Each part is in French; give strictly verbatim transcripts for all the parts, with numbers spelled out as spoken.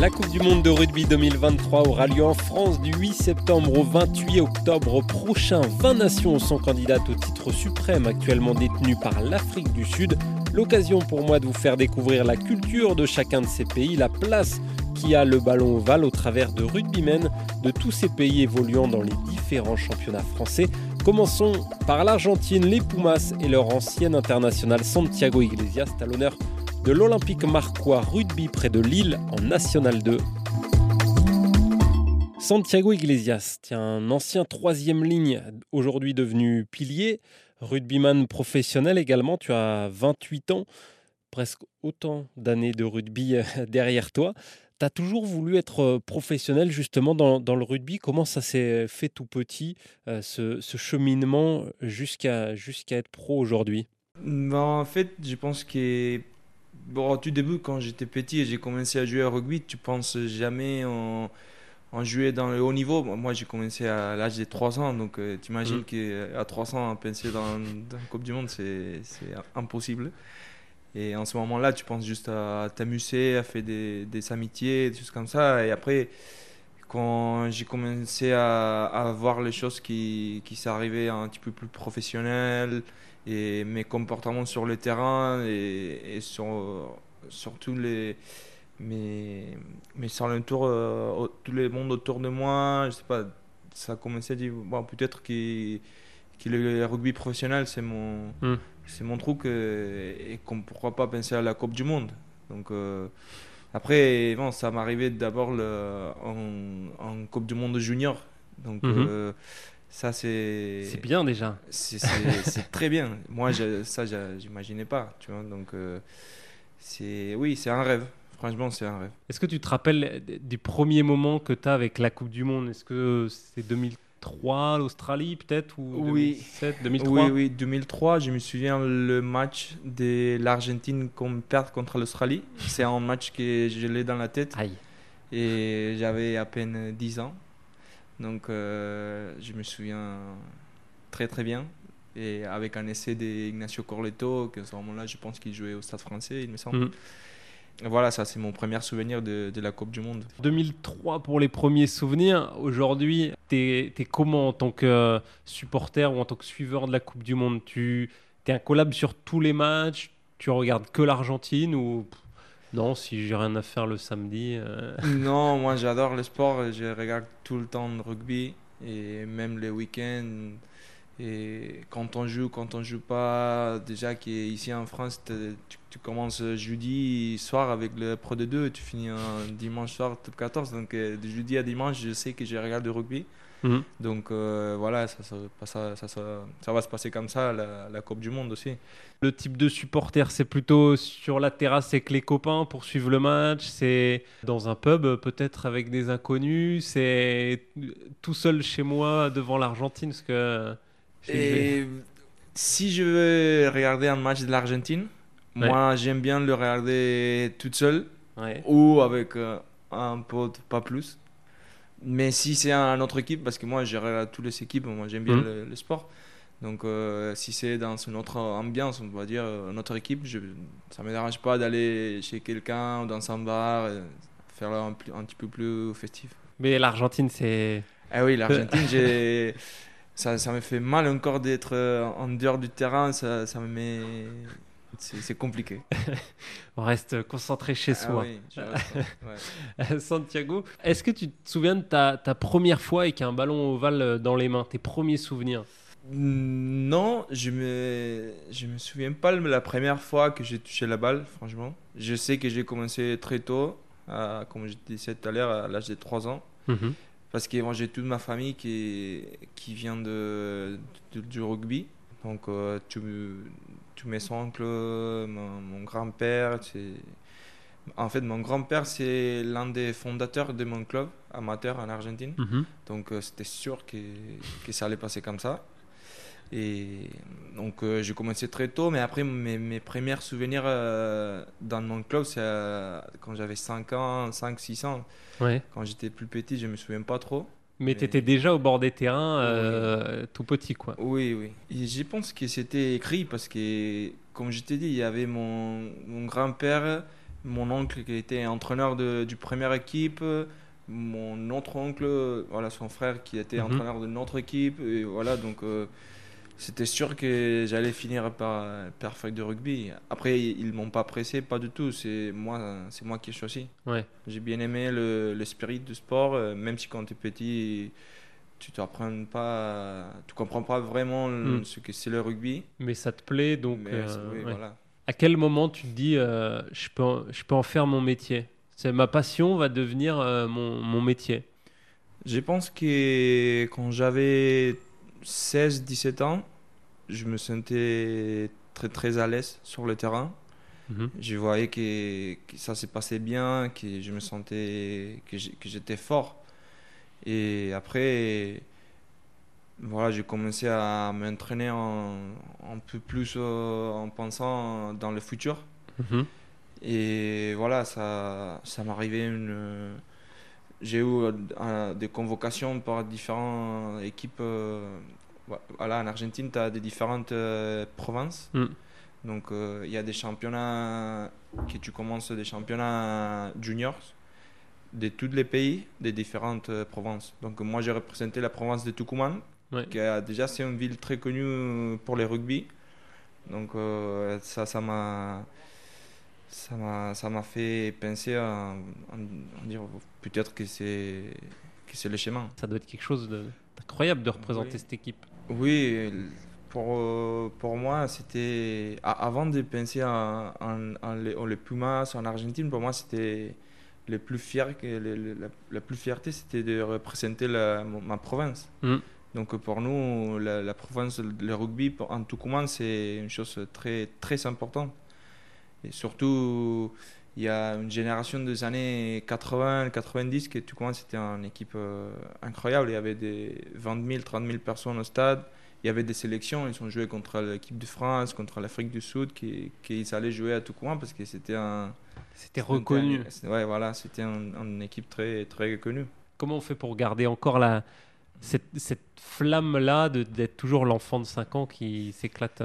La Coupe du Monde de rugby deux mille vingt-trois aura lieu en France du huit septembre au vingt-huit octobre prochain. vingt nations sont candidates au titre suprême actuellement détenu par l'Afrique du Sud. L'occasion pour moi de vous faire découvrir la culture de chacun de ces pays, la place qui a le ballon ovale au travers de rugbymen de tous ces pays évoluant dans les différents championnats français. Commençons par l'Argentine, les Pumas et leur ancien international Santiago Iglesias à l'honneur de l'Olympique Marcois Rugby près de Lille en National deux. Santiago Iglesias, tiens, un ancien troisième ligne, aujourd'hui devenu pilier, rugbyman professionnel également, tu as vingt-huit ans, presque autant d'années de rugby derrière toi. Tu as toujours voulu être professionnel justement dans, dans le rugby. Comment ça s'est fait tout petit, euh, ce, ce cheminement jusqu'à, jusqu'à être pro aujourd'hui ? Ben, en fait, je pense que bon, au tout début, quand j'étais petit et j'ai commencé à jouer au rugby, tu penses jamais en, en jouer dans le haut niveau. Moi, j'ai commencé à l'âge de trois ans, donc euh, tu imagines mmh. qu'à trois ans, penser dans, dans la Coupe du Monde, c'est, c'est impossible. Et en ce moment-là, tu penses juste à t'amuser, à faire des, des amitiés, des choses comme ça. Et après, quand j'ai commencé à, à voir les choses qui, qui s'arrivaient un petit peu plus professionnelles, et mes comportements sur le terrain et, et sur, surtout les, mes, mes alentours, euh, tout le monde autour de moi, je sais pas, ça a commencé à dire, bon, peut-être que, que le rugby professionnel, c'est mon... Mm. C'est mon truc et, et qu'on pourquoi pas penser à la Coupe du Monde. Donc euh, après, bon, ça m'arrivait d'abord le, en, en Coupe du Monde junior. Donc mm-hmm. euh, ça c'est. C'est bien déjà. C'est, c'est, c'est très bien. Moi je, ça j'imaginais pas, tu vois. Donc euh, c'est oui, c'est un rêve. Franchement, c'est un rêve. Est-ce que tu te rappelles du premier moment que tu as avec la Coupe du Monde ? Est-ce que c'est deux mille trois, l'Australie peut-être, ou oui. deux mille sept, deux mille trois ? Oui, oui, deux mille trois, je me souviens le match de l'Argentine qu'on perd contre l'Australie. C'est un match que je l'ai dans la tête. Aïe. Et j'avais à peine dix ans. Donc euh, je me souviens très très bien. Et avec un essai d'Ignacio Corletto, que à ce moment-là, je pense qu'il jouait au Stade Français, il me semble. Mm. Voilà, ça c'est mon premier souvenir de, de la Coupe du Monde. deux mille trois pour les premiers souvenirs. Aujourd'hui, t'es, t'es comment en tant que supporter ou en tant que suiveur de la Coupe du Monde ? Tu es incollable sur tous les matchs ? Tu regardes que l'Argentine ou non, si j'ai rien à faire le samedi euh... Non, moi j'adore le sport. Je regarde tout le temps le rugby et même les week-ends. Et quand on joue, quand on joue pas, déjà qu'ici en France, tu, tu commences jeudi soir avec le Pro D deux et tu finis un dimanche soir top quatorze. Donc de jeudi à dimanche, je sais que je regarde le rugby. Mmh. Donc euh, voilà, ça, ça, ça, ça, ça, ça va se passer comme ça, la, la Coupe du Monde aussi. Le type de supporter, c'est plutôt sur la terrasse avec les copains pour suivre le match, c'est dans un pub peut-être avec des inconnus, c'est tout seul chez moi devant l'Argentine parce que... Et si je veux regarder un match de l'Argentine, ouais. moi j'aime bien le regarder toute seule ouais. ou avec euh, un pote, pas plus. Mais si c'est une autre équipe, parce que moi je regarde toutes les équipes, moi j'aime bien mmh. le, le sport. Donc euh, si c'est dans une autre ambiance, on va dire une autre équipe, je, ça ne me dérange pas d'aller chez quelqu'un ou dans un bar, et faire un, un petit peu plus festif. Mais l'Argentine c'est... Ah oui, l'Argentine, j'ai... Ça, ça me fait mal encore d'être en dehors du terrain, ça, ça me met... C'est, c'est compliqué. On reste concentré chez ah, soi. Oui, je reste, ouais. Santiago, est-ce que tu te souviens de ta, ta première fois avec un ballon ovale dans les mains, tes premiers souvenirs ? Non, je me, je me souviens pas de la première fois que j'ai touché la balle, franchement. Je sais que j'ai commencé très tôt, à, comme je disais tout à l'heure, à l'âge de trois ans. Mm-hmm. Parce que moi, j'ai toute ma famille qui, qui vient de, de, du rugby. Donc, euh, tous mes oncles, mon, mon grand-père. C'est... En fait, mon grand-père, c'est l'un des fondateurs de mon club amateur en Argentine. Mm-hmm. Donc, euh, c'était sûr que, que ça allait passer comme ça. Et donc, euh, j'ai commencé très tôt. Mais après, mes, mes premiers souvenirs euh, dans mon club, c'est euh, quand j'avais cinq ans, cinq six ans. Ouais. Quand j'étais plus petit, je ne me souviens pas trop. Mais, mais... tu étais déjà au bord des terrains, euh, oui. tout petit, quoi. Oui, oui. Et je pense que c'était écrit parce que, comme je t'ai dit, il y avait mon, mon grand-père, mon oncle qui était entraîneur de, du première équipe, mon autre oncle, voilà, son frère qui était Mhm. entraîneur de notre équipe, et voilà, donc euh, c'était sûr que j'allais finir par, par faire du rugby. Après, ils m'ont pas pressé, pas du tout, c'est moi, c'est moi qui ai choisi. Ouais. J'ai bien aimé le, l'esprit du sport, euh, même si quand tu es petit, tu t'apprends pas, tu comprends pas vraiment Hmm. le- ce que c'est le rugby. Mais ça te plaît, donc Mais euh, oui, ouais. voilà. À quel moment tu te dis, euh, je peux, en- je peux en faire mon métier? C'est ma passion va devenir euh, mon, mon métier. Je pense que quand j'avais seize dix-sept ans, je me sentais très très à l'aise sur le terrain. Mhm. Je voyais que, que ça se passait bien, que je me sentais que j'ai- que j'étais fort. Et après, voilà, j'ai commencé à m'entraîner un, un peu plus euh, en pensant dans le futur. Mhm. Et voilà, ça, ça m'arrivait une. J'ai eu euh, des convocations par différentes équipes. euh, voilà, en Argentine, tu as des différentes euh, provinces. Hmm. Donc, euh, il y a des championnats que tu commences, des championnats juniors de tous les pays, des différentes euh, provinces. Donc, moi, j'ai représenté la province de Tucumán, Ouais. qui a déjà, c'est une ville très connue pour les rugby. Donc, euh, ça, ça m'a. Ça m'a, ça m'a fait penser à, à dire peut-être que c'est, que c'est le chemin. Ça doit être quelque chose de- d'incroyable de Oui, représenter cette équipe. oui, pour, euh, pour moi, c'était. a- Avant de penser en, en, en les, en les Pumas en Argentine, pour moi, c'était le plus fier, que, le- le- la, la plus fierté, c'était de représenter la, mon- ma province. Hmm. Donc pour nous, la, la province, le rugby pour- en Tucumán, c'est une chose très, très importante. Et surtout, il y a une génération des années quatre-vingts quatre-vingt-dix que Tucumán, c'était une équipe euh, incroyable. Il y avait des vingt mille, trente mille personnes au stade. Il y avait des sélections. Ils ont joué contre l'équipe de France, contre l'Afrique du Sud, qui, qui ils allaient jouer à Tucumán parce que c'était un, C'était c'était un- reconnu. c'était- ouais, voilà, c'était un- une équipe très, très connue. Comment on fait pour garder encore la, cette, cette flamme-là de- d'être toujours l'enfant de cinq ans qui s'éclate?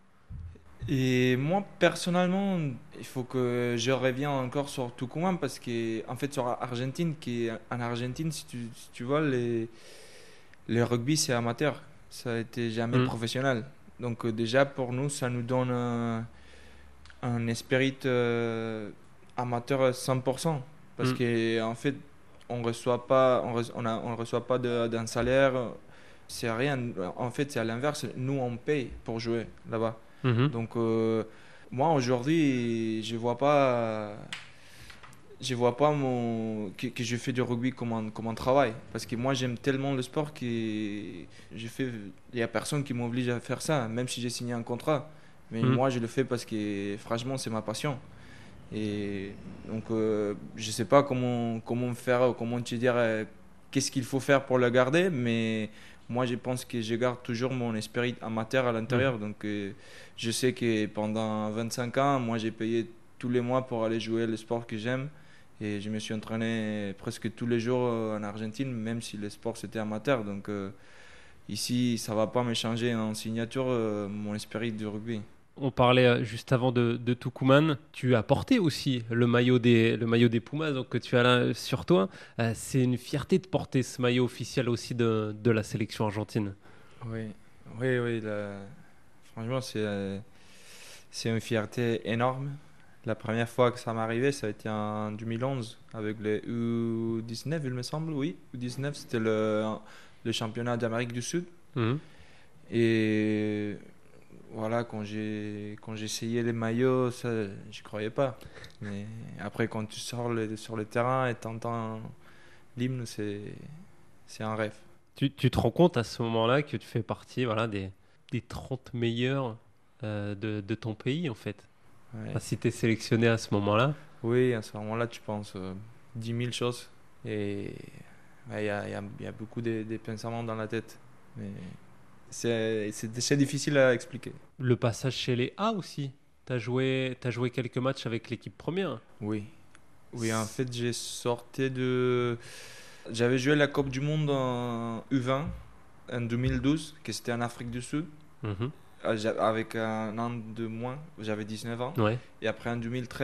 Et moi, personnellement, il faut que je revienne encore sur Tucumán parce que, en fait, sur Argentine, qui est- en Argentine, si tu, si tu vois, les, le rugby, c'est amateur. Ça n'a été jamais Hmm. professionnel. Donc, euh, déjà, pour nous, ça nous donne un, un esprit euh, amateur à cent pour cent. Parce Hmm. que, en fait, on reçoit pas, on, re- on a- on reçoit pas de- d'un salaire. C'est rien. En fait, c'est à l'inverse. Nous, on paye pour jouer là-bas. Mhm. Donc, euh, moi, aujourd'hui, je vois pas, je vois pas mon, que, que je fais du rugby comme un, comme un travail. Parce que moi, j'aime tellement le sport que je fais, il y a personne qui m'oblige à faire ça, même si j'ai signé un contrat. Mais Hmm. moi, je le fais parce que, franchement, c'est ma passion. Et donc, euh, je sais pas comment, comment faire, ou comment te dire, euh, qu'est-ce qu'il faut faire pour le garder, mais moi, je pense que je garde toujours mon esprit amateur à Hmm. l'intérieur. Donc, euh, je sais que pendant vingt-cinq ans, moi, j'ai payé tous les mois pour aller jouer le sport que j'aime. Et je me suis entraîné presque tous les jours euh, en Argentine, même si le sport c'était amateur. Donc, euh, ici, ça va pas me changer en signature euh, mon esprit du rugby. On parlait euh, juste avant de, de Tucumán. Tu as porté aussi le maillot des, le maillot des Pumas donc, que tu as là sur toi. Euh, c'est une fierté de porter ce maillot officiel aussi de, de la sélection argentine. Oui, oui, oui. la- Franchement, c'est euh, c'est une fierté énorme. La première fois que ça m'est arrivé, ça a été en deux mille onze avec les U dix-neuf, il me semble. Oui, U dix-neuf, c'était le, le championnat d'Amérique du Sud. Mhm. Et voilà, quand j'ai quand j'ai essayé les maillots, ça, j'y croyais pas. Mais après, quand tu sors le- sur le terrain et t'entends l'hymne, c'est c'est un rêve. Tu, tu te rends compte à ce moment-là que tu fais partie voilà, des, des trente meilleurs euh, de, de ton pays, en fait. Ouais. Enfin, si tu es sélectionné à ce moment-là. Oui, à ce moment-là, tu penses euh, dix mille choses. Et ouais, il y, a, il y a- il y a beaucoup de, de pensements dans la tête. Mais c'est c'est- c'est difficile à expliquer. Le passage chez les A aussi. Tu as joué, t'as joué quelques matchs avec l'équipe première. Oui. Oui, en fait, j'ai sorti de. J'avais joué la Coupe du Monde en U vingt en deux mille douze, que c'était en Afrique du Sud, Mhm. euh, j'a- avec un an de moins, j'avais dix-neuf ans. Ouais. Et après en deux mille treize,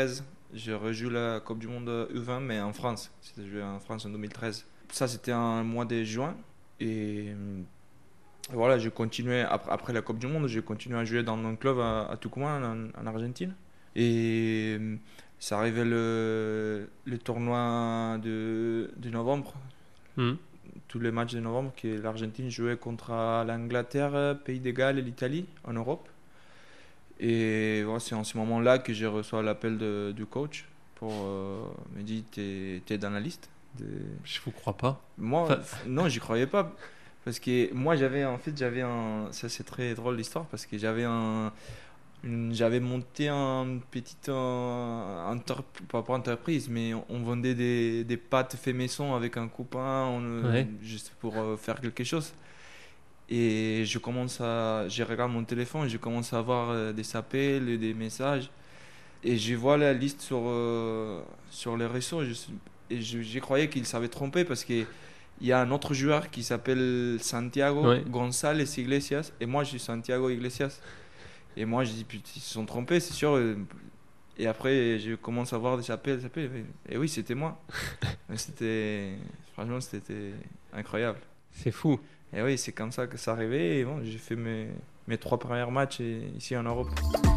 je rejoue la Coupe du Monde U vingt, mais en France. C'était joué en France en deux mille treize. Ça, c'était en mois de juin. Et voilà, je continuais, après, après la Coupe du Monde, j'ai continué à jouer dans mon club à, à Tucumán, en, en Argentine. Et ça arrivait le, le tournoi de, de novembre, Mmh. tous les matchs de novembre, que l'Argentine jouait contre l'Angleterre, Pays de Galles et l'Italie en Europe. Et voilà, c'est en ce moment-là que j'ai reçu l'appel de- du coach pour euh, me dire t'es, t'es dans la liste. de- Je vous crois pas. Moi, Enfin, f- non, j'y croyais pas. Parce que moi, j'avais en fait, j'avais un. Ça, c'est très drôle l'histoire parce que j'avais un. une- J'avais monté une petite euh, entrep- pas, pas entreprise, mais on vendait des, des pâtes fait maison avec un copain, on, euh, ouais. juste pour euh, faire quelque chose. Et je commence à, je regarde mon téléphone et je commence à avoir euh, des appels, et des messages. Et je vois la liste sur, euh, sur les réseaux. Je, suis- et je, je croyais qu'il s'avait trompé parce qu'il y a un autre joueur qui s'appelle Santiago Ouais. González Iglesias. Et moi, je suis Santiago Iglesias. Et moi, je dis, putain, ils se sont trompés, c'est sûr. Et après, je commence à voir des appels, des appels. Et oui, c'était moi. Mais c'était, franchement, c'était incroyable. C'est fou. Et oui, c'est comme ça que ça arrivait. Et bon, j'ai fait mes, mes trois premiers matchs et- ici en Europe.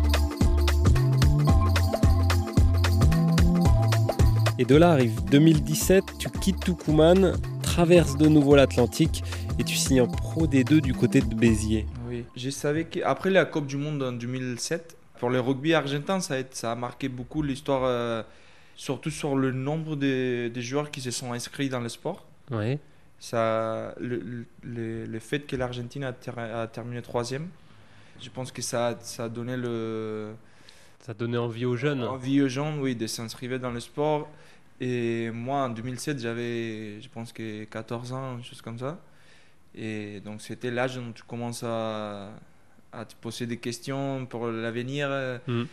Et de là arrive deux mille dix-sept, tu quittes Tucumán, traverses de nouveau l'Atlantique et tu signes en Pro D deux du côté de Béziers. Oui, je savais qu'après la Coupe du Monde en deux mille sept, pour le rugby argentin, ça a, été- ça a marqué beaucoup l'histoire, euh, surtout sur le nombre de, de joueurs qui se sont inscrits dans le sport. Ouais. Ça, le, le, le fait que l'Argentine a, ter- a terminé troisième, je pense que ça, a- ça a donné le, Ça donnait envie aux jeunes. envie aux gens, oui, de s'inscrire dans le sport. Et moi, en deux mille sept, j'avais, je pense que quatorze ans, une chose comme ça. Et donc, c'était l'âge où tu commences à, à te poser des questions pour l'avenir. Mmh.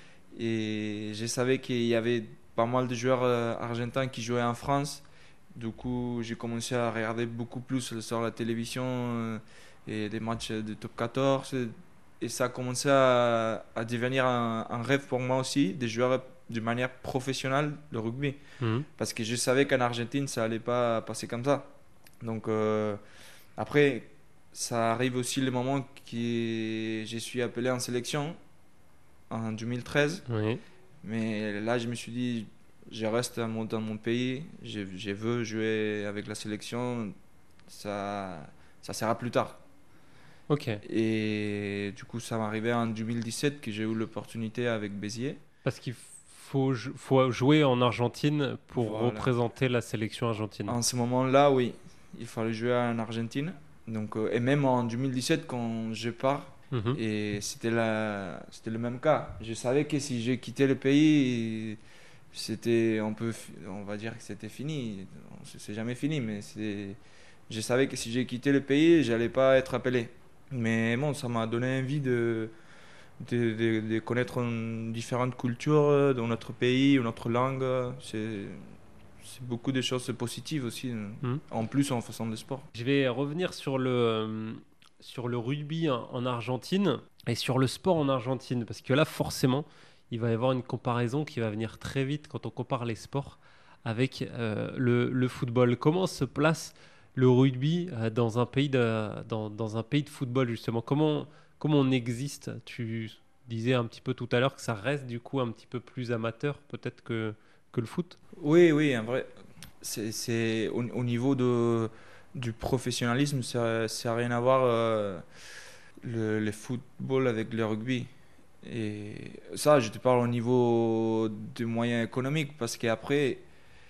Et je savais qu'il y avait pas mal de joueurs euh, argentins qui jouaient en France. Du coup, j'ai commencé à regarder beaucoup plus sur la télévision euh, et des matchs de top quatorze. Et ça a commencé à, à devenir un, un rêve pour moi aussi, de jouer de manière professionnelle le rugby. Mmh. Parce que je savais qu'en Argentine, ça allait pas passer comme ça. Donc, euh, après, ça arrive aussi le moment que je suis appelé en sélection en deux mille treize. Oui. Mais là, je me suis dit, je reste dans mon, dans mon pays, je, je veux jouer avec la sélection, ça, ça sera plus tard. Ok. Et du coup, ça m'est arrivé en deux mille dix-sept que j'ai eu l'opportunité avec Béziers. Parce qu'il faut, jou- faut jouer en Argentine pour Voilà. représenter la sélection argentine. En ce moment-là, oui, il fallait jouer en Argentine. Donc, euh, et même en deux mille dix-sept, quand je pars, Mhm. et c'était, la, c'était le même cas. Je savais que si j'ai quitté le pays, c'était, on, peut, on va dire que c'était fini. C'est jamais fini, mais c'est, je savais que si j'ai quitté le pays, j'allais pas être appelé. Mais bon, ça m'a donné envie de, de, de, de connaître une différentes cultures dans notre pays, notre langue. C'est, c'est beaucoup de choses positives aussi, Mhm. en plus en faisant du sport. Je vais revenir sur le, euh, sur le rugby en, en Argentine et sur le sport en Argentine. Parce que là, forcément, il va y avoir une comparaison qui va venir très vite quand on compare les sports avec euh, le, le football. Comment se place le rugby euh, dans un pays de, dans, dans un pays de football, justement? Comment, comment on existe? Tu disais un petit peu tout à l'heure que ça reste du coup un petit peu plus amateur peut-être que, que le foot. Oui, oui, en vrai, c'est, c'est au, au niveau de, du professionnalisme, ça n'a rien à voir euh, le, le football avec le rugby. Et ça, je te parle au niveau des moyens économiques, parce qu'après,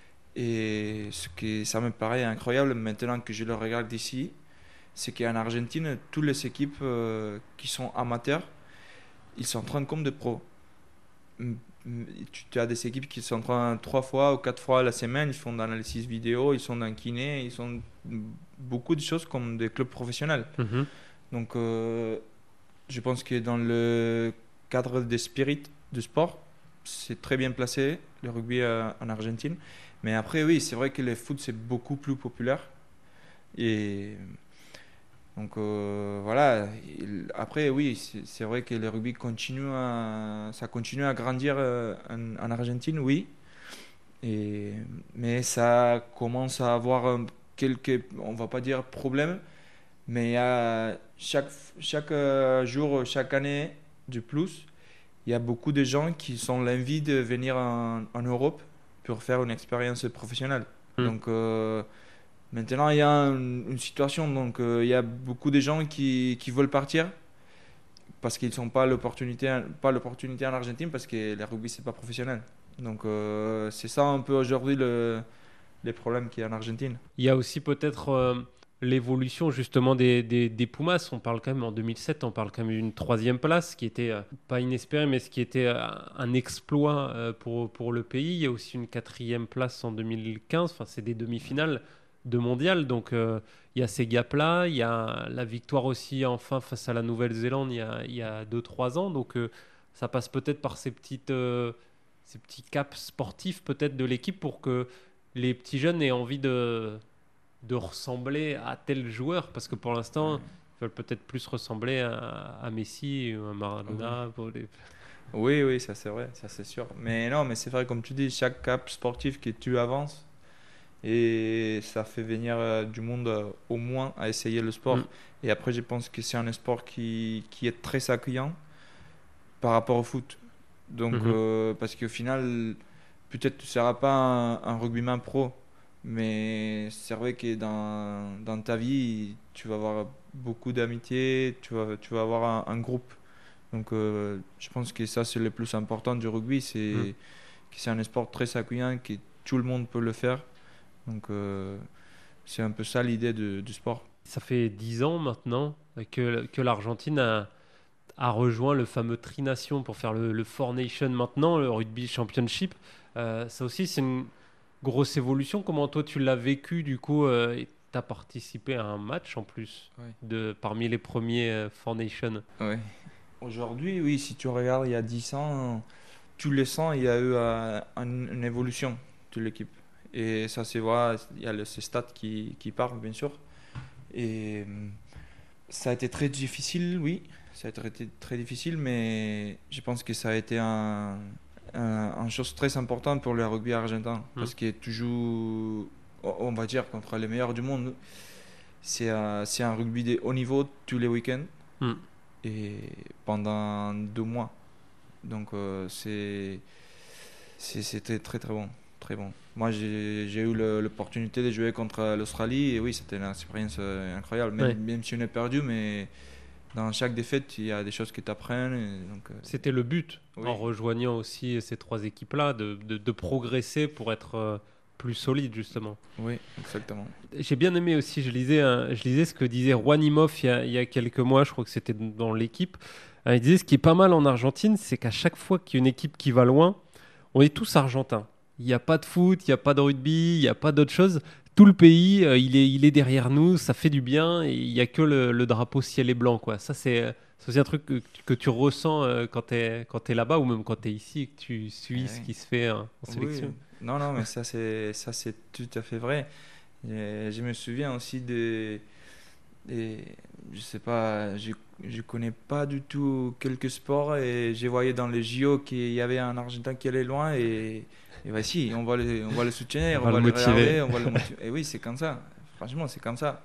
et ce qui ça me paraît incroyable maintenant que je le regarde d'ici, c'est qu'en Argentine, toutes les équipes euh, qui sont amateurs, ils s'entraînent comme des pros. Mm, mm, Tu tu as des équipes qui s'entraînent trois fois ou quatre fois la semaine, ils font de l'analyse vidéo, ils sont dans le kiné, ils sont beaucoup de choses comme des clubs professionnels. Mhm. Donc, euh, je pense que dans le cadre des spirit du sport, c'est très bien placé, le rugby euh, en Argentine. Mais après, oui, c'est vrai que le foot, c'est beaucoup plus populaire. Et donc, euh, voilà. Il- Après, oui, c'est c'est vrai que le rugby continue à, ça continue à grandir euh, en, en Argentine, oui. Et, mais ça commence à avoir un- quelques, on va pas dire problèmes, mais il y a chaque, chaque euh, jour, chaque année de plus, il y a beaucoup de gens qui ont l'envie de venir en, en Europe pour faire une expérience professionnelle. Mm. Donc euh, maintenant, il y a un- une situation, donc euh, il y a beaucoup de gens qui, qui veulent partir parce qu'ils n'ont pas l'opportunité, pas l'opportunité en Argentine parce que le rugby, c'est pas professionnel. Donc euh, c'est ça un peu aujourd'hui le, les problèmes qu'il y a en Argentine. Il y a aussi peut-être euh, l'évolution justement des, des, des Pumas. On parle quand même en deux mille sept, on parle quand même d'une troisième place qui était euh, pas inespérée, mais ce qui était euh, un exploit euh, pour, pour le pays. Il y a aussi une quatrième place en deux mille quinze. Enfin, c'est des demi-finales de mondial. Donc euh, il y a ces gaps-là. Il y a la victoire aussi enfin face à la Nouvelle-Zélande il y a, il y a deux trois ans. Donc euh, ça passe peut-être par ces petites, euh, ces petits caps sportifs peut-être de l'équipe pour que les petits jeunes aient envie de, de ressembler à tel joueur, parce que pour l'instant, Ouais. ils veulent peut-être plus ressembler à, à Messi ou à Maradona. Pour les- Oui, oui, ça c'est vrai, ça c'est sûr. Mais non, mais c'est vrai, comme tu dis, chaque cap sportif que tu avances, et ça fait venir euh, du monde euh, au moins à essayer le sport. Mm. Et après, je pense que c'est un sport qui, qui est très accueillant par rapport au foot. Donc, Mhm. euh, parce qu'au final, peut-être tu ne seras pas un, un rugbyman pro, mais c'est vrai que dans, dans ta vie, tu vas avoir beaucoup d'amitié, tu vas, tu vas avoir un, un groupe. Donc, euh, je pense que ça, c'est le plus important du rugby, Mm. c'est que c'est un sport très accueillant, que tout le monde peut le faire. Donc, euh, c'est un peu ça l'idée de- du sport. Ça fait dix ans maintenant que, que l'Argentine a, a rejoint le fameux Tri-Nation pour faire le, le Four Nation maintenant, le Rugby Championship. Euh, ça aussi, c'est une grosse évolution. Comment toi, tu l'as vécu du coup euh, tu as participé à un match en plus Ouais. de, parmi les premiers euh, Four Nation. Ouais. Aujourd'hui, oui, si tu regardes il y a dix ans, tous les ans, il y a eu euh, un- une évolution de l'équipe. Et ça se voit, il y a le, ces stats qui, qui parlent, bien sûr. Et euh, ça a été très difficile, oui. Ça a été très difficile, mais je pense que ça a été un, un, une chose très importante pour le rugby argentin. Mm. Parce que tu joues, on va dire, contre les meilleurs du monde. C'est un, c'est un rugby de haut niveau tous les week-ends Mm. et pendant deux mois. Donc euh, c'est, c'est- c'était très très bon. Très bon. Moi j'ai, j'ai eu le- l'opportunité de jouer contre l'Australie et oui, c'était une expérience euh, incroyable. Même, Ouais. même si on est perdu, mais dans chaque défaite, il y a des choses qui t'apprennent. et Donc, euh, C'était le but, oui, en rejoignant aussi ces trois équipes-là, de, de- de progresser pour être euh, plus solide, justement. oui, exactement. J'ai bien aimé aussi, je lisais, un- je lisais ce que disait Juan Imhoff il y a, il y a quelques mois, je crois que c'était dans l'équipe. Euh, Il disait ce qui est pas mal en Argentine, c'est qu'à chaque fois qu'il y a une équipe qui va loin, on est tous argentins. Il n'y a pas de foot, il n'y a pas de rugby, il n'y a pas d'autre chose. Tout le pays, euh, il est, il est derrière nous, ça fait du bien et il n'y a que le, le drapeau ciel et blanc, quoi. Ça, c'est euh, c'est aussi un truc que, que tu ressens euh, quand tu es, quand tu là-bas ou même quand tu es ici et que tu suis Eh ce oui. qui se fait euh, en Oui, sélection. non, non, mais ça c'est, ça c'est tout à fait vrai. Et je me souviens aussi de, Et je sais pas, je, je connais pas du tout quelques sports et j'ai voyé dans les J O qu'il y avait un Argentin qui allait loin et, et voici, on va le, on va le On soutenir, on va le va le motiver. regarder, on va le motiver. Et oui, c'est comme ça. Franchement, c'est comme ça.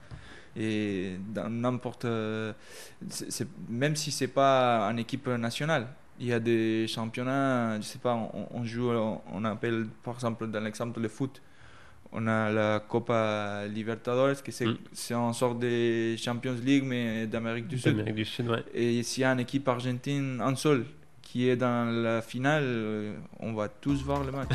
Et dans n'importe, euh, c'est, c'est- même si c'est pas en équipe nationale, il y a des championnats, je sais pas, on, on joue, on appelle par exemple dans l'exemple le foot. On a la Copa Libertadores, qui c'est Mm. c'est en sorte de Champions League, mais d'Amérique du Sud. D'Amérique du Sud, ouais. Et s'il y a une équipe argentine en sol qui est dans la finale, euh, on va tous voir le match.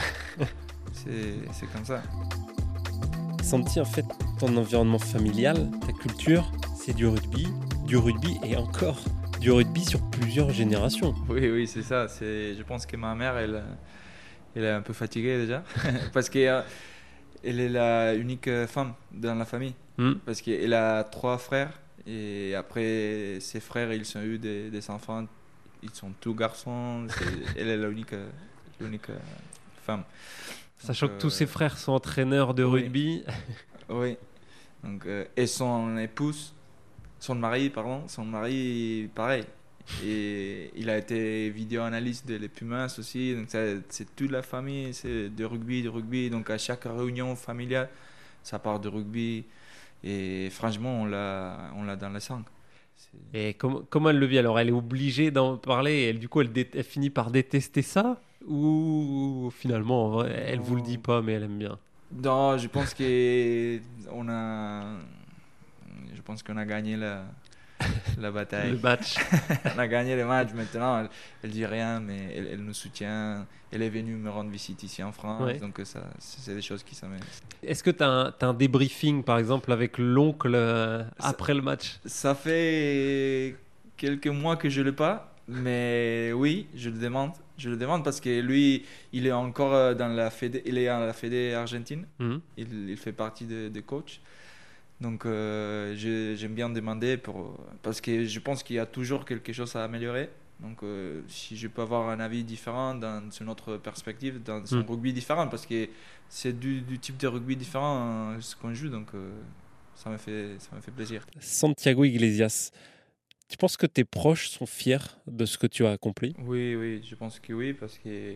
c'est c'est comme ça. Santi, en fait, ton environnement familial, ta culture, c'est du rugby, du rugby et encore du rugby sur plusieurs générations. Oui, oui, c'est ça. C'est, je pense que ma mère, elle, elle est un peu fatiguée déjà. Parce qu'elle elle est la unique femme dans la famille. Hmm. Parce qu'elle a trois frères. Et après, ses frères, ils ont eu des, des enfants. Ils sont tous garçons. C'est- elle est l'unique, l'unique femme. Sachant Donc, que tous euh, ses frères sont entraîneurs de oui. rugby. Oui. Donc, euh, et son épouse, son mari, pardon, son mari, pareil. Et il a été vidéo-analyste de les Pumas aussi. Donc ça, c'est toute la famille, c'est de rugby, de rugby. Donc à chaque réunion familiale, ça part de rugby. Et franchement, on l'a, on l'a dans le sang. C'est... Et com- comment elle le vit? Alors, elle est obligée d'en parler et elle, du coup, elle, dé- elle finit par détester ça? Ou finalement, en vrai, elle vous le dit Non, pas, mais elle aime bien? non, je pense qu'on a, je pense qu'on a gagné la, la Le bataille. match. On a gagné le match. Maintenant, elle, elle dit rien, mais elle, elle nous soutient. Elle est venue me rendre visite ici en France, Ouais. donc ça, c'est des choses qui s'améliorent. Est-ce que tu as un, t'as un débriefing, par exemple, avec l'oncle euh, Ça, après le match? ça fait quelques mois que je l'ai pas, mais oui, je le demande. Je le demande parce que lui, il est encore euh, dans la fédé, il est à la fédé argentine. Mhm. Il, il fait partie des de coachs. Donc, euh, je- j'aime bien demander pour, parce que je pense qu'il y a toujours quelque chose à améliorer. Donc, euh, si je peux avoir un avis différent dans une autre perspective, dans son Mhm. rugby différent, parce que c'est du, du type de rugby différent euh, ce qu'on joue, donc euh, ça me fait, ça me fait plaisir. Santiago Iglesias, tu penses que tes proches sont fiers de ce que tu as accompli? Oui, oui, je pense que oui, parce que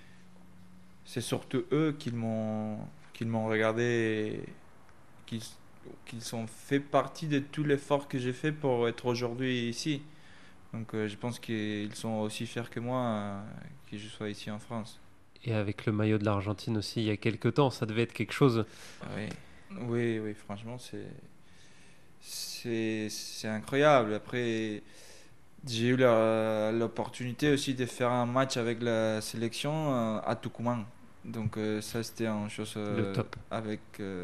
c'est surtout eux qui m'ont, qui m'ont regardé, et qui, qu'ils ont fait partie de tout l'effort que j'ai fait pour être aujourd'hui ici. Donc euh, je pense qu'ils sont aussi fiers que moi euh, que je sois ici en France. Et avec le maillot de l'Argentine aussi, il y a quelques temps, ça devait être quelque chose. Oui, oui, oui, franchement, c'est, c'est, c'est incroyable. Après, j'ai eu la- l'opportunité aussi de faire un match avec la sélection euh, à Tucumán. Donc euh, ça, c'était une chose Le euh, top. avec, euh,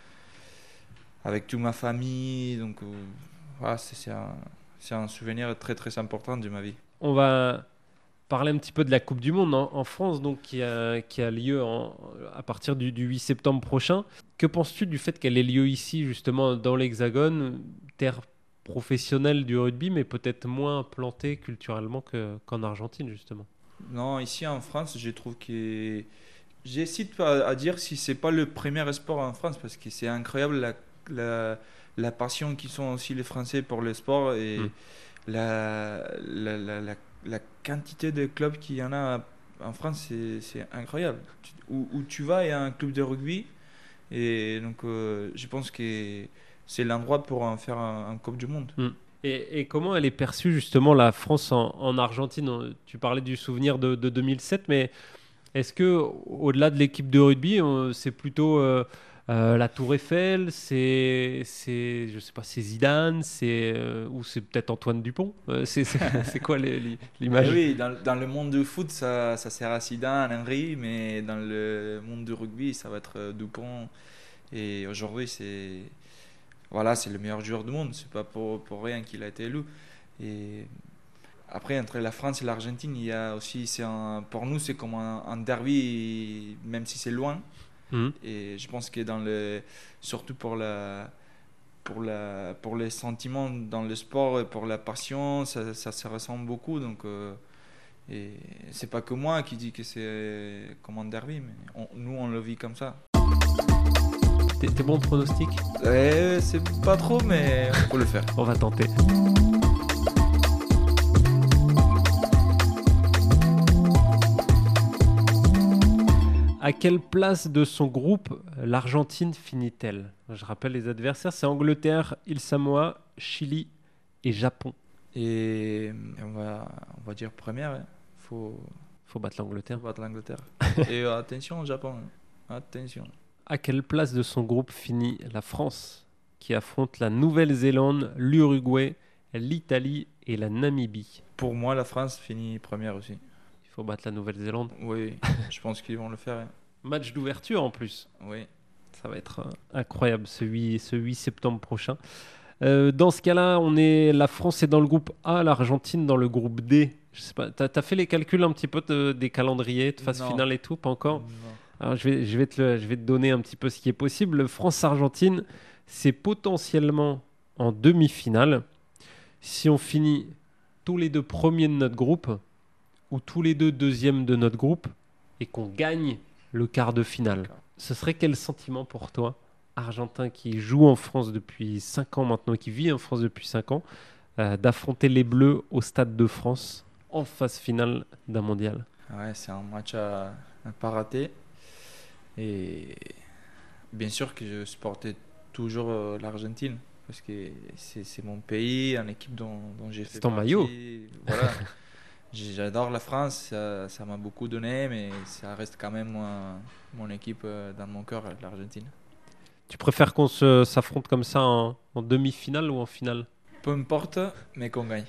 avec toute ma famille. Donc euh, voilà, c'est, c'est un, c'est un souvenir très, très important de ma vie. On va parler un petit peu de la Coupe du Monde en, en France, donc, qui a, qui a lieu en- à partir du, du huit septembre prochain. Que penses-tu du fait qu'elle ait lieu ici, justement, dans l'Hexagone, terre professionnelle du rugby, mais peut-être moins implantée culturellement que, qu'en Argentine, justement? Non, ici en France, je trouve que j'hésite pas à dire si c'est pas le premier sport en France parce que c'est incroyable la, la, la passion qu'ils sont aussi les Français pour le sport Hmm. et la, la, la, la, la quantité de clubs qu'il y en a en France, c'est, c'est incroyable. Tu- Où, où tu vas, il y a un club de rugby et donc euh, je pense que c'est l'endroit pour en faire un, un Coupe du Monde. Hmm. Et, et comment elle est perçue, justement, la France en, en Argentine? On- Tu parlais du souvenir de, de deux mille sept, mais est-ce que, au-delà de l'équipe de rugby, on- c'est plutôt euh, euh, la Tour Eiffel, c'est, c'est, je sais pas, c'est Zidane, c'est euh, ou c'est peut-être Antoine Dupont? Euh, c'est, c'est, c'est quoi les- les- Eh l'image? oui, dans, dans le monde du foot, ça, ça sert à Zidane, Henry, mais dans le monde du rugby, ça va être euh, Dupont. Et aujourd'hui, c'est voilà, c'est le meilleur joueur du monde. C'est pas pour, pour rien qu'il a été élu. Et après, entre la France et l'Argentine, il y a aussi, c'est un, pour nous, c'est comme un, un derby, même si c'est loin. Mhm. Et je pense que dans le, surtout pour la, pour la, pour les sentiments dans le sport et pour la passion, ça, ça se ressemble beaucoup. Donc, euh, et c'est pas que moi qui dis que c'est comme un derby, mais on- nous, on le vit comme ça. T'es, t'es bon de pronostic? Eh, c'est pas trop, mais on peut le faire. On va tenter. À quelle place de son groupe l'Argentine finit-elle? Je rappelle les adversaires, c'est Angleterre, île Samoa, Chili et Japon. Et on va, on va dire première, hein. Faut, Faut battre faut l'Angleterre. battre l'Angleterre. Et euh, attention au Japon, hein. Attention. À quelle place de son groupe finit la France, qui affronte la Nouvelle-Zélande, l'Uruguay, l'Italie et la Namibie? Pour moi, la France finit première aussi. Il faut battre la Nouvelle-Zélande. Oui, je pense qu'ils vont le faire, hein. Match d'ouverture en plus. Oui. Ça va être euh, incroyable ce huit, ce huit septembre prochain. Euh, dans ce cas-là, on est, la France est dans le groupe A, l'Argentine dans le groupe D. Je sais pas, t'as, t'as fait les calculs un petit peu de- des calendriers, de phase Non. finale et tout, pas encore? Non. Alors je vais, je vais te le- je vais te donner un petit peu ce qui est possible. Le France-Argentine, c'est potentiellement en demi-finale. Si on finit tous les deux premiers de notre groupe ou tous les deux deuxièmes de notre groupe et qu'on gagne le quart de finale, D'accord. ce serait quel sentiment pour toi, Argentin qui joue en France depuis cinq ans maintenant, qui vit en France depuis cinq ans, euh, d'affronter les Bleus au Stade de France en phase finale d'un mondial. Ouais, c'est un match à ne pas rater. Et bien sûr que je supportais toujours euh, l'Argentine parce que c'est, c'est mon pays, une équipe dont, dont j'ai fait C'est ton partie. maillot. Voilà. J'adore la France, ça, ça m'a beaucoup donné, mais ça reste quand même moi, mon équipe euh, dans mon cœur, l'Argentine. Tu préfères qu'on se, s'affronte comme ça en, en demi-finale ou en finale? Peu importe, mais qu'on gagne.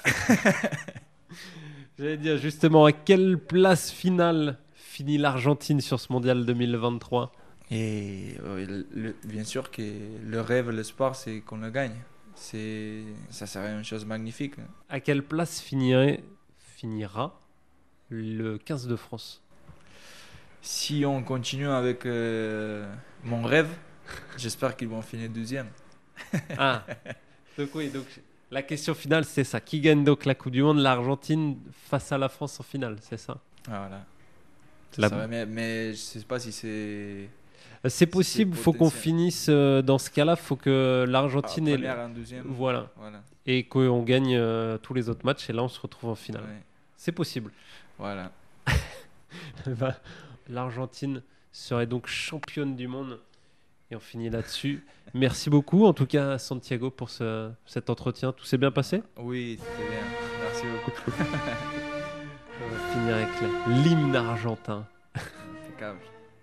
J'allais dire justement à quelle place finale finit l'Argentine sur ce mondial deux mille vingt-trois? Et euh, le- le- bien sûr que le rêve, le sport, c'est qu'on le gagne. C'est, ça serait une chose magnifique. À quelle place finirait, finira le quinze de France? Si on continue avec euh, mon rêve, j'espère qu'ils vont finir deuxième. Ah, donc oui, donc la question finale c'est ça. Qui gagne donc la Coupe du Monde? L'Argentine face à la France en finale, c'est ça? Ah, voilà. Ça La- serait- mais, mais je ne sais pas si c'est C'est possible, c'est faut qu'on potentiel. finisse euh, dans ce cas-là, faut que ah, l'Argentine ait- première, en deuxième. voilà, Voilà. et qu'on gagne euh, tous les autres matchs et là on se retrouve en finale. Ouais. C'est possible. Voilà. Bah, L'Argentine serait donc championne du monde. Et on finit là-dessus. Merci beaucoup, en tout cas, Santiago, pour ce- cet entretien. Tout s'est bien passé? Oui, c'était bien. Merci beaucoup. On va finir avec la- l'hymne argentin. Impeccable.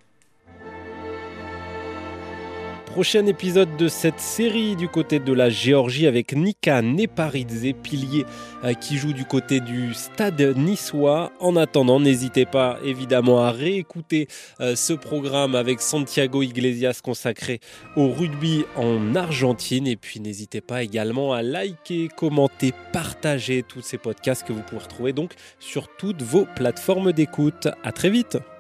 Prochain épisode de cette série du côté de la Géorgie avec Nika Neparidze, pilier euh, qui joue du côté du stade niçois. En attendant, n'hésitez pas évidemment à réécouter euh, ce programme avec Santiago Iglesias consacré au rugby en Argentine. Et puis n'hésitez pas également à liker, commenter, partager tous ces podcasts que vous pouvez retrouver donc sur toutes vos plateformes d'écoute. À très vite.